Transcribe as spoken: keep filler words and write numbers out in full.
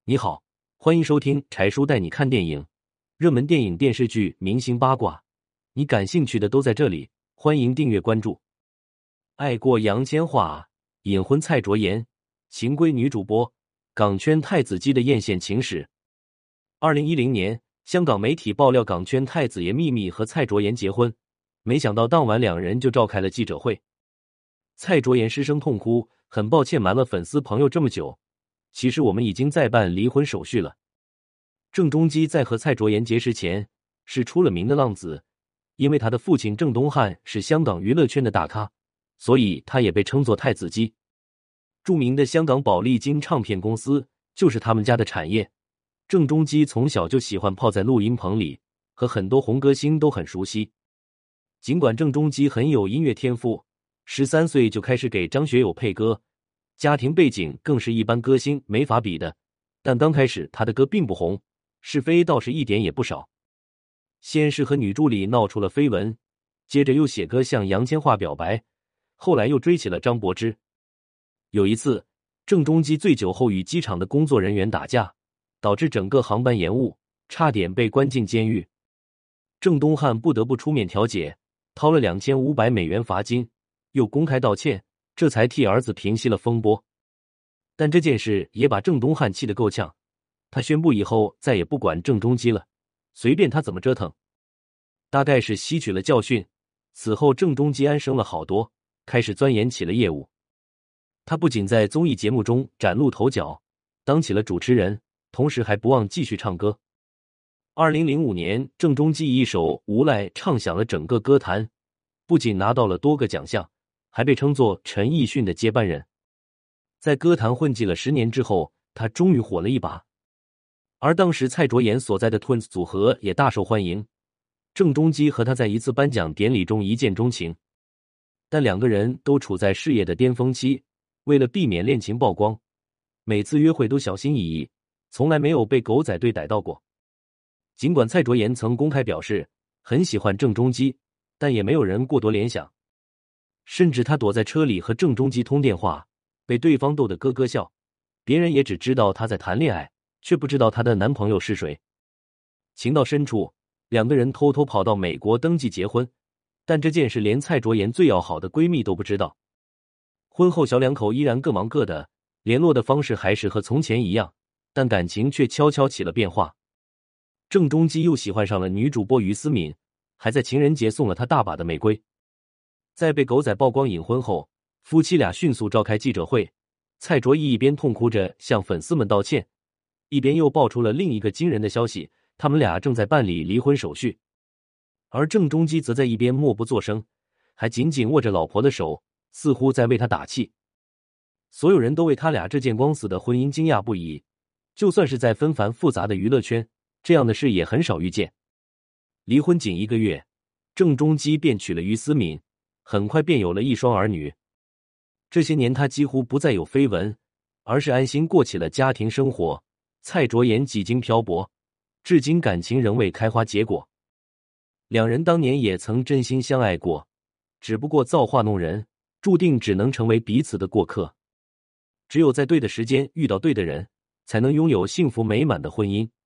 你好，欢迎收听柴叔带你看电影，热门电影、电视剧、明星八卦，你感兴趣的都在这里。欢迎订阅关注。爱过杨千嬅，隐婚蔡卓妍，情归女主播，港圈太子姬的艳羡情史。二零一零年，香港媒体爆料港圈太子爷秘密和蔡卓妍结婚，没想到当晚两人就召开了记者会。蔡卓妍失声痛哭，很抱歉瞒了粉丝朋友这么久。其实我们已经在办离婚手续了。郑中基在和蔡卓妍结识前是出了名的浪子，因为他的父亲郑东汉是香港娱乐圈的大咖，所以他也被称作太子姬。著名的香港宝丽金唱片公司就是他们家的产业。郑中基从小就喜欢泡在录音棚里，和很多红歌星都很熟悉。尽管郑中基很有音乐天赋，十三岁就开始给张学友配歌，家庭背景更是一般歌星没法比的，但刚开始他的歌并不红，是非倒是一点也不少。先是和女助理闹出了绯闻，接着又写歌向杨千嬅表白，后来又追起了张柏芝。有一次，郑中基醉酒后与机场的工作人员打架，导致整个航班延误，差点被关进监狱。郑东汉不得不出面调解，掏了两千五百美元罚金，又公开道歉，这才替儿子平息了风波。但这件事也把郑东汉气得够呛，他宣布以后再也不管郑中基了，随便他怎么折腾。大概是吸取了教训，此后郑中基安生了好多，开始钻研起了业务。他不仅在综艺节目中崭露头角，当起了主持人，同时还不忘继续唱歌。二零零五年，郑中基以一首《无赖》唱响了整个歌坛，不仅拿到了多个奖项，还被称作陈奕迅的接班人。在歌坛混迹了十年之后，他终于火了一把。而当时蔡卓妍所在的 Twins 组合也大受欢迎，郑中基和他在一次颁奖典礼中一见钟情。但两个人都处在事业的巅峰期，为了避免恋情曝光，每次约会都小心翼翼，从来没有被狗仔队逮到过。尽管蔡卓妍曾公开表示很喜欢郑中基，但也没有人过多联想。甚至他躲在车里和郑中基通电话，被对方逗得咯咯笑，别人也只知道他在谈恋爱，却不知道她的男朋友是谁。情到深处，两个人偷偷跑到美国登记结婚，但这件事连蔡卓妍最要好的闺蜜都不知道。婚后小两口依然各忙各的，联络的方式还是和从前一样，但感情却悄悄起了变化。郑中基又喜欢上了女主播于思敏，还在情人节送了她大把的玫瑰。在被狗仔曝光隐婚后，夫妻俩迅速召开记者会，蔡卓妍一边痛哭着向粉丝们道歉，一边又爆出了另一个惊人的消息，他们俩正在办理离婚手续。而郑中基则在一边默不作声，还紧紧握着老婆的手，似乎在为她打气。所有人都为他俩这见光死的婚姻惊讶不已，就算是在纷繁复杂的娱乐圈，这样的事也很少遇见。离婚仅一个月，郑中基便娶了于思敏，很快便有了一双儿女。这些年他几乎不再有绯闻，而是安心过起了家庭生活。蔡卓妍几经漂泊，至今感情仍未开花结果。两人当年也曾真心相爱过，只不过造化弄人，注定只能成为彼此的过客。只有在对的时间遇到对的人，才能拥有幸福美满的婚姻。